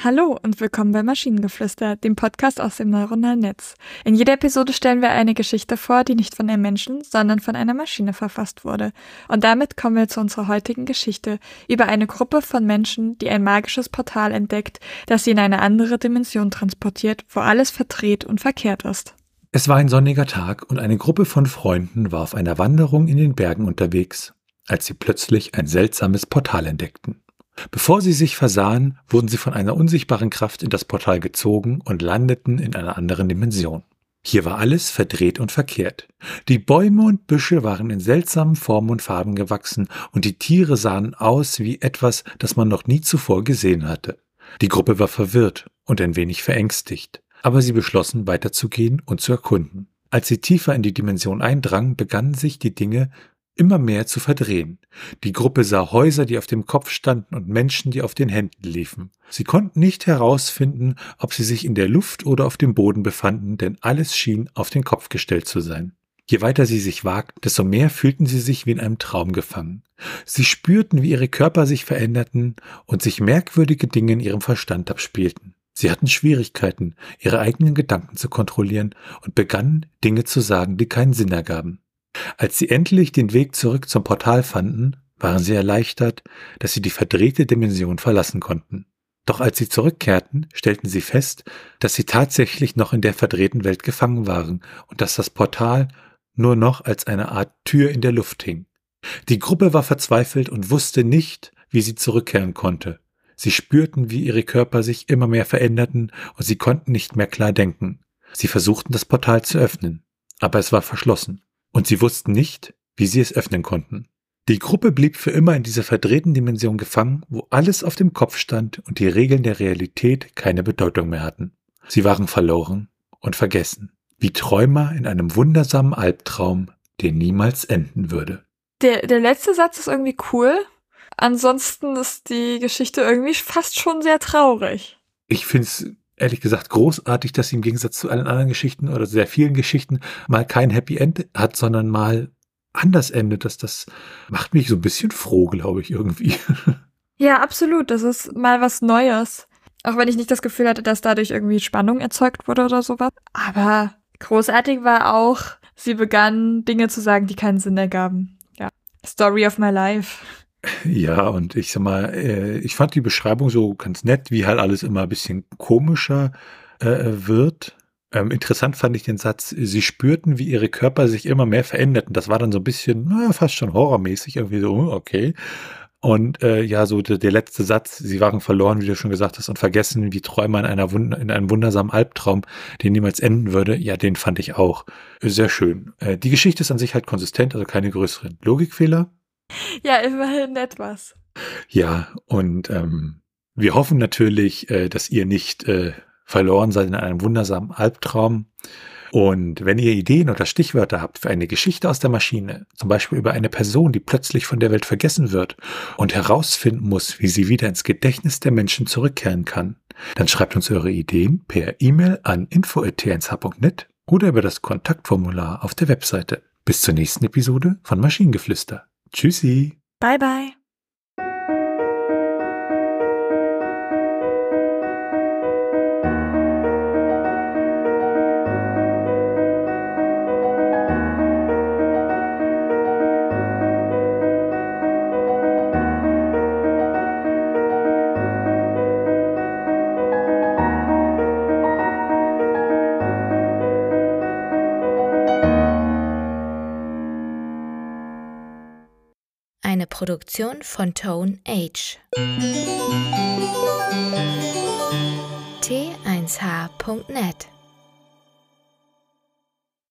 Hallo und willkommen bei Maschinengeflüster, dem Podcast aus dem neuronalen Netz. In jeder Episode stellen wir eine Geschichte vor, die nicht von einem Menschen, sondern von einer Maschine verfasst wurde. Und damit kommen wir zu unserer heutigen Geschichte über eine Gruppe von Menschen, die ein magisches Portal entdeckt, das sie in eine andere Dimension transportiert, wo alles verdreht und verkehrt ist. Es war ein sonniger Tag und eine Gruppe von Freunden war auf einer Wanderung in den Bergen unterwegs, als sie plötzlich ein seltsames Portal entdeckten. Bevor sie sich versahen, wurden sie von einer unsichtbaren Kraft in das Portal gezogen und landeten in einer anderen Dimension. Hier war alles verdreht und verkehrt. Die Bäume und Büsche waren in seltsamen Formen und Farben gewachsen und die Tiere sahen aus wie etwas, das man noch nie zuvor gesehen hatte. Die Gruppe war verwirrt und ein wenig verängstigt, aber sie beschlossen, weiterzugehen und zu erkunden. Als sie tiefer in die Dimension eindrangen, begannen sich die Dinge immer mehr zu verdrehen. Die Gruppe sah Häuser, die auf dem Kopf standen und Menschen, die auf den Händen liefen. Sie konnten nicht herausfinden, ob sie sich in der Luft oder auf dem Boden befanden, denn alles schien auf den Kopf gestellt zu sein. Je weiter sie sich wagten, desto mehr fühlten sie sich wie in einem Traum gefangen. Sie spürten, wie ihre Körper sich veränderten und sich merkwürdige Dinge in ihrem Verstand abspielten. Sie hatten Schwierigkeiten, ihre eigenen Gedanken zu kontrollieren und begannen, Dinge zu sagen, die keinen Sinn ergaben. Als sie endlich den Weg zurück zum Portal fanden, waren sie erleichtert, dass sie die verdrehte Dimension verlassen konnten. Doch als sie zurückkehrten, stellten sie fest, dass sie tatsächlich noch in der verdrehten Welt gefangen waren und dass das Portal nur noch als eine Art Tür in der Luft hing. Die Gruppe war verzweifelt und wusste nicht, wie sie zurückkehren konnte. Sie spürten, wie ihre Körper sich immer mehr veränderten und sie konnten nicht mehr klar denken. Sie versuchten, das Portal zu öffnen, aber es war verschlossen. Und sie wussten nicht, wie sie es öffnen konnten. Die Gruppe blieb für immer in dieser verdrehten Dimension gefangen, wo alles auf dem Kopf stand und die Regeln der Realität keine Bedeutung mehr hatten. Sie waren verloren und vergessen, wie Träumer in einem wundersamen Albtraum, der niemals enden würde. Der letzte Satz ist irgendwie cool. Ansonsten ist die Geschichte irgendwie fast schon sehr traurig. Ich finde es ehrlich gesagt großartig, dass sie im Gegensatz zu allen anderen Geschichten oder sehr vielen Geschichten mal kein Happy End hat, sondern mal anders endet. Das macht mich so ein bisschen froh, glaube ich, irgendwie. Ja, absolut. Das ist mal was Neues. Auch wenn ich nicht das Gefühl hatte, dass dadurch irgendwie Spannung erzeugt wurde oder sowas. Aber großartig war auch, sie begann Dinge zu sagen, die keinen Sinn ergaben. Ja. Story of my life. Ja, und ich sag mal, ich fand die Beschreibung so ganz nett, wie halt alles immer ein bisschen komischer wird. Interessant fand ich den Satz, sie spürten, wie ihre Körper sich immer mehr veränderten. Das war dann so ein bisschen, fast schon horrormäßig, irgendwie so, okay. Und ja, so der letzte Satz, sie waren verloren, wie du schon gesagt hast, und vergessen, wie Träumer in einem wundersamen Albtraum, der niemals enden würde. Ja, den fand ich auch sehr schön. Die Geschichte ist an sich halt konsistent, also keine größeren Logikfehler. Ja, immerhin etwas. Ja, und wir hoffen natürlich, dass ihr nicht verloren seid in einem wundersamen Albtraum. Und wenn ihr Ideen oder Stichwörter habt für eine Geschichte aus der Maschine, zum Beispiel über eine Person, die plötzlich von der Welt vergessen wird und herausfinden muss, wie sie wieder ins Gedächtnis der Menschen zurückkehren kann, dann schreibt uns eure Ideen per E-Mail an info@t1h.net oder über das Kontaktformular auf der Webseite. Bis zur nächsten Episode von Maschinengeflüster. Tschüssi. Bye, bye. Eine Produktion von Tone H. T1h.net